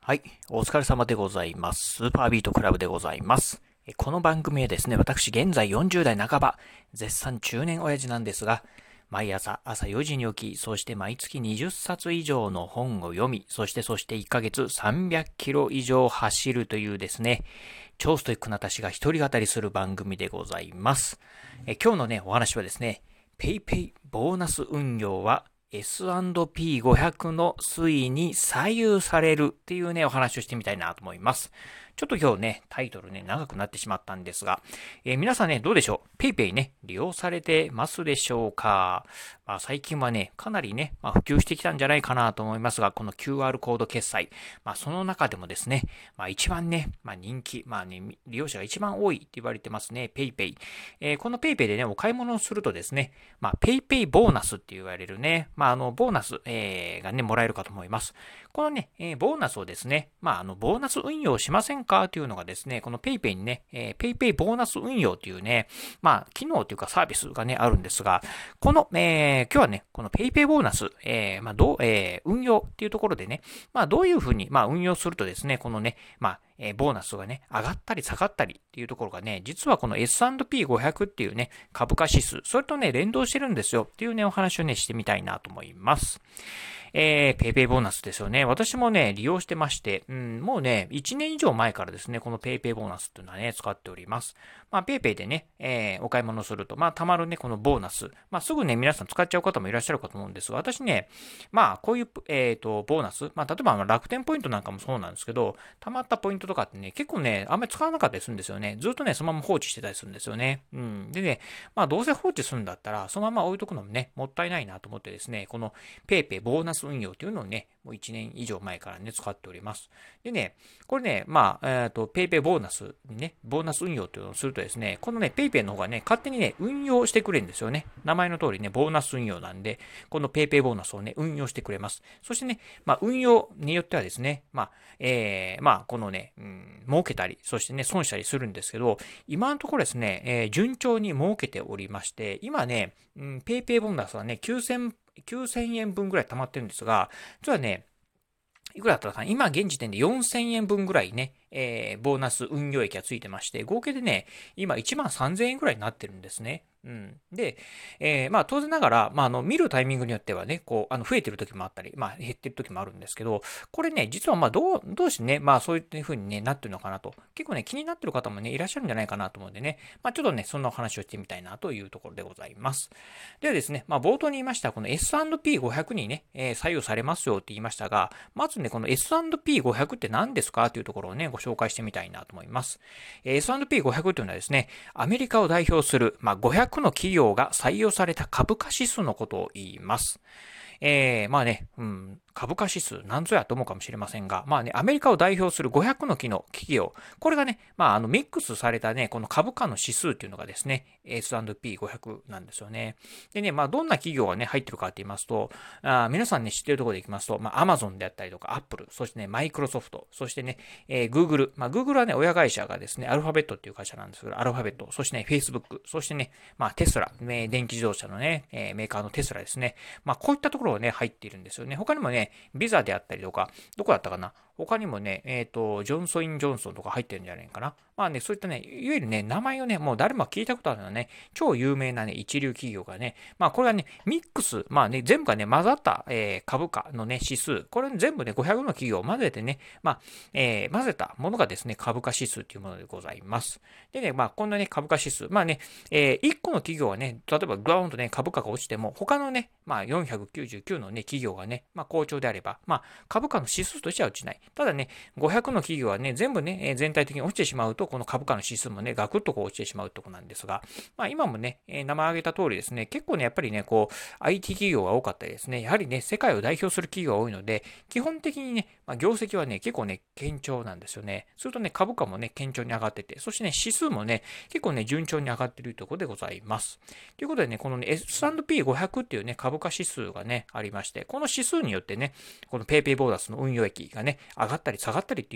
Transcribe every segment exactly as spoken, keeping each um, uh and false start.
はい。お疲れ様でございます。スーパービートクラブでございます。この番組はですね、私現在よんじゅう代半ば、絶賛中年親父なんですが、毎朝朝よじに起き、そして毎月にじゅっさつ以上の本を読み、そしてそしていっかげつさんびゃくキロ以上走るというですね、超ストイックな私が一人語りする番組でございます。え今日のね、お話はですね、PayPay ボーナス運用はエスアンドピーごひゃく の推移に左右されるっていうね、お話をしてみたいなと思います。ちょっと今日ね、タイトルね、長くなってしまったんですが、えー皆さんね、どうでしょう？ PayPay ね、利用されてますでしょうか？まあ、最近はね、かなりね、まあ、普及してきたんじゃないかなと思いますが、この キューアール コード決済、まあ、その中でもですね、まあ、一番ね、まあ、人気、まあね、利用者が一番多いって言われてますね、PayPay。えーこの PayPay でね、お買い物をするとですね、まあ、PayPay ボーナスって言われるね、まあ、あの、ボーナス、えーがね、もらえるかと思います。このね、えーボーナスをですね、まあ、あの、ボーナス運用しませんかというのがですね、この PayPay にね、えー、PayPay ボーナス運用というね、まあ、機能というかサービスがね、あるんですが、この、えー今日はね、この PayPay ボーナス、えーまあ、どう、えー運用っていうところでね、まあ、どういうふうに、まあ、運用するとですね、このね、まあ、えーボーナスがね、上がったり下がったりっていうところがね、実はこの エスアンドピーごひゃく っていうね、株価指数、それとね、連動してるんですよっていうね、お話をね、してみたいなと思います。えー、ペイペイボーナスですよね。私もね、利用してまして、うん、もうね、いちねん以上前からですね、このペイペイボーナスっていうのはね、使っております。まあ、ペイペイでね、えー、お買い物すると、まあ、たまるね、このボーナス。まあ、すぐね、皆さん使っちゃう方もいらっしゃるかと思うんですが、私ね、まあ、こういう、えっ、と、ボーナス、まあ、例えば楽天ポイントなんかもそうなんですけど、たまったポイントとかってね、結構ね、あんまり使わなかったりするんですよね。ずっとね、そのまま放置してたりするんですよね。うん。でね、まあ、どうせ放置するんだったら、そのまま置いとくのもね、もったいないなと思ってですね、このペイペイボーナス運用というのをね、もういちねん以上前からね、使っております。でね、これね、まあ、えっ、と、ペイペイボーナスにね、ボーナス運用というのをするとですね、このね、ペイペイの方がね、勝手にね、運用してくれるんですよね。名前の通りね、ボーナス運用なんで、このペイペイボーナスをね、運用してくれます。そしてね、まあ、運用によってはですね、まあ、えー、まあ、このね、うん、儲けたり、そしてね、損したりするんですけど、今のところですね、えー順調に儲けておりまして、今ね、うん、ペイペイボーナスはね、きゅうせん、きゅうせんえんぶんぐらい溜まってるんですが、実はね、いくらだったかな今現時点でよんせんえんぶんぐらいね、えー、ボーナス運用益がついてまして、合計でね、今いちまんさんぜんえんぐらいになってるんですね。うん。で、えー、まあ当然ながら、まああの、見るタイミングによってはね、こう、あの、増えてる時もあったり、まあ減ってる時もあるんですけど、これね、実はまあどう、どうしてね、まあそういう風にね、なってるのかなと。結構ね、気になってる方もね、いらっしゃるんじゃないかなと思うんでね、まあちょっとね、そんなお話をしてみたいなというところでございます。ではですね、まあ冒頭に言いました、この エスアンドピーごひゃく にね、えー左右されますよって言いましたが、まずね、この エスアンドピーごひゃく って何ですかというところをね、ご紹介してみたいなと思います。エスアンドピーごひゃく というのはですね、アメリカを代表する、まあ、ごひゃくの企業が採用された株価指数のことを言います。えー、まあね、うん、株価指数、なんぞやと思うかもしれませんが、まあね、アメリカを代表するごひゃくの企業、これがね、まあ、あの、ミックスされたね、この株価の指数っていうのがですね、エスアンドピーごひゃく なんですよね。でね、まあ、どんな企業がね、入ってるかって言いますと、あ皆さんね、知ってるところでいきますと、まあ、Amazon であったりとか、Apple、そしてね、Microsoft、そしてね、えー、Google、まあ、Google はね、親会社がですね、アルファベットっていう会社なんですけど、アルファベット、そしてね、Facebook、そしてね、まあ、テスラ、ね、電気自動車のね、えーメーカーのテスラですね。まあ、こういったところがね、入っているんですよね。他にもね、ビザであったりとか、どこだったかな他にもね、えっ、と、ジョンソン・ジョンソンとか入ってるんじゃないかな。まあね、そういったね、いわゆるね、名前をね、もう誰も聞いたことあるようなね、超有名なね、一流企業がね、まあこれはね、ミックス、まあね、全部がね、混ざった、えー株価のね、指数、これ全部ね、ごひゃくの企業を混ぜてね、まあ、えー混ぜたものがですね、株価指数というものでございます。でね、まあ、こんなね、株価指数、まあね、えーいっこの企業はね、例えばグラウンドね、株価が落ちても、他のね、まあ、よんひゃくきゅうじゅうきゅうのね、企業がね、まあ、好調であれば、まあ、株価の指数としては落ちない。ただね、ごひゃくの企業はね、全部ね、えー全体的に落ちてしまうと、この株価の指数もね、ガクッとこう落ちてしまうところなんですが、まあ、今もね、えー名前挙げた通りですね、結構ね、やっぱりね、こう、アイティー 企業が多かったりですね、やはりね、世界を代表する企業が多いので、基本的にね、まあ、業績はね、結構ね、堅調なんですよね。するとね、株価もね、堅調に上がってて、そしてね、指数もね、結構ね、順調に上がっているということでございます。ということでね、このね、エスアンドピーごひゃく っていうね、株価指数がね、ありまして、この指数によってね、この PayPay ボーナスの運用益がね、上がったり下がったりっていう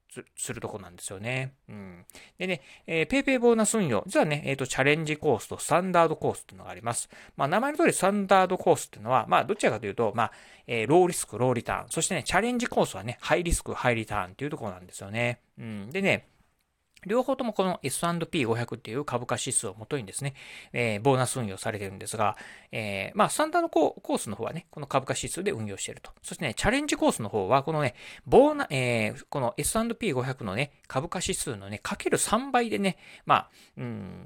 するとこなんですよね。うん。でね、えー、ペイペイボーナス運用、実はね、えっと、チャレンジコースとスタンダードコースっていうのがあります。まあ、名前の通りスタンダードコースっていうのは、まあ、どちらかというと、まあ、えー、ローリスク、ローリターン。そしてね、チャレンジコースはね、ハイリスク、ハイリターンっていうところなんですよね。うん。でね、両方ともこの エスアンドピーごひゃく っていう株価指数をもとにですね、えー、ボーナス運用されてるんですが、えー、まあ、スタンダードコースの方はね、この株価指数で運用していると。そしてね、チャレンジコースの方は、このね、ボーナ、えー、この エスアンドピーごひゃく のね、株価指数のね、かけるさんばいでね、まあ、うん、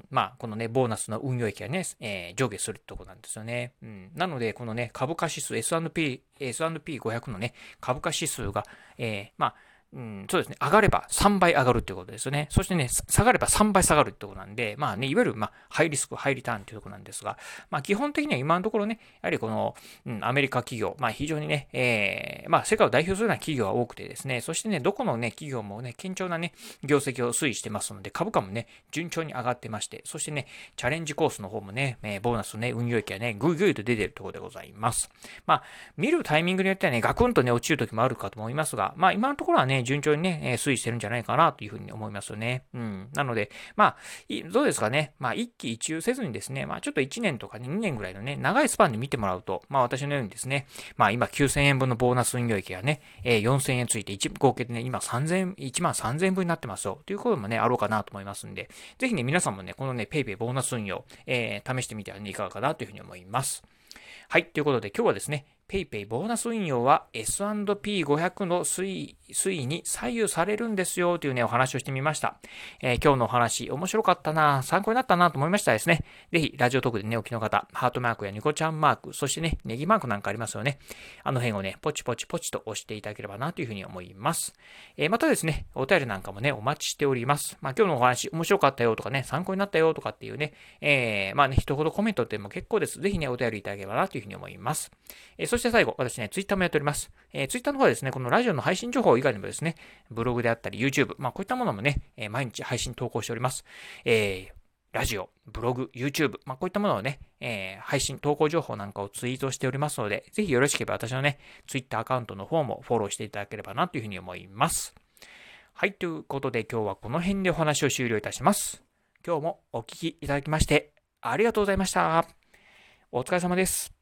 まあ、このね、ボーナスの運用益がね、えー、上下するってとこなんですよね。うん、なので、このね、株価指数 エスアンドピー、エスアンドピーごひゃく のね、株価指数が、えー、まあ、うん、そうですね。上がればさんばい上がるってことですよね。そしてね、下がればさんばい下がるってことなんで、まあね、いわゆる、まあ、ハイリスク、ハイリターンっていうところなんですが、まあ、基本的には今のところね、やはりこの、うん、アメリカ企業、まあ、非常にね、えー、まあ、世界を代表するような企業が多くてですね、そしてね、どこのね、企業もね、堅調なね、業績を推移してますので、株価もね、順調に上がってまして、そしてね、チャレンジコースの方もね、えー、ボーナスのね、運用益がね、ぐいぐいと出てるところでございます。まあ、見るタイミングによってはね、ガクンとね、落ちる時もあるかと思いますが、まあ、今のところはね、順調にね、推移してるんじゃないかなというふうに思いますよね。うん。なので、まあ、どうですかね。まあ、一喜一憂せずにですね、まあ、ちょっといちねんとかにねんぐらいのね、長いスパンで見てもらうと、まあ、私のようにですね、まあ、今きゅうせんえんぶんのボーナス運用益がね、えー、よんせんえんついて、合計でね、今さんぜん、いちまんさんぜんえんぶんになってますよ。ということもね、あろうかなと思いますんで、ぜひね、皆さんもね、このね、ペイペイボーナス運用、えー、試してみてはね、いかがかなというふうに思います。はい。ということで今日はですね、PayPay ボーナス運用は エスアンドピーごひゃく の推移、推移に左右されるんですよというね、お話をしてみました。えー、今日のお話、面白かったな、参考になったなと思いましたらですね、ぜひラジオトークでね、お聞きの方、ハートマークやニコちゃんマーク、そしてね、ネギマークなんかありますよね。あの辺をね、ポチポチポチと押していただければなというふうに思います。えー、またですね、お便りなんかもね、お待ちしております。まあ今日のお話、面白かったよとかね、参考になったよとかっていうね、えー、まあね、一言コメントでも結構です。ぜひね、お便りいただければなというふうに思います。えー、そして最後、私ね、ツイッターもやっております。えー、ツイッターの方はですね、このラジオの配信情報以外にもですね、ブログであったり YouTube、まあこういったものもね、えー、毎日配信投稿しております。えー、ラジオ、ブログ、YouTube、まあこういったものをね、えー、配信、投稿情報なんかをツイートしておりますので、ぜひよろしければ私のね、ツイッターアカウントの方もフォローしていただければなというふうに思います。はい、ということで今日はこの辺でお話を終了いたします。今日もお聞きいただきましてありがとうございました。お疲れ様です。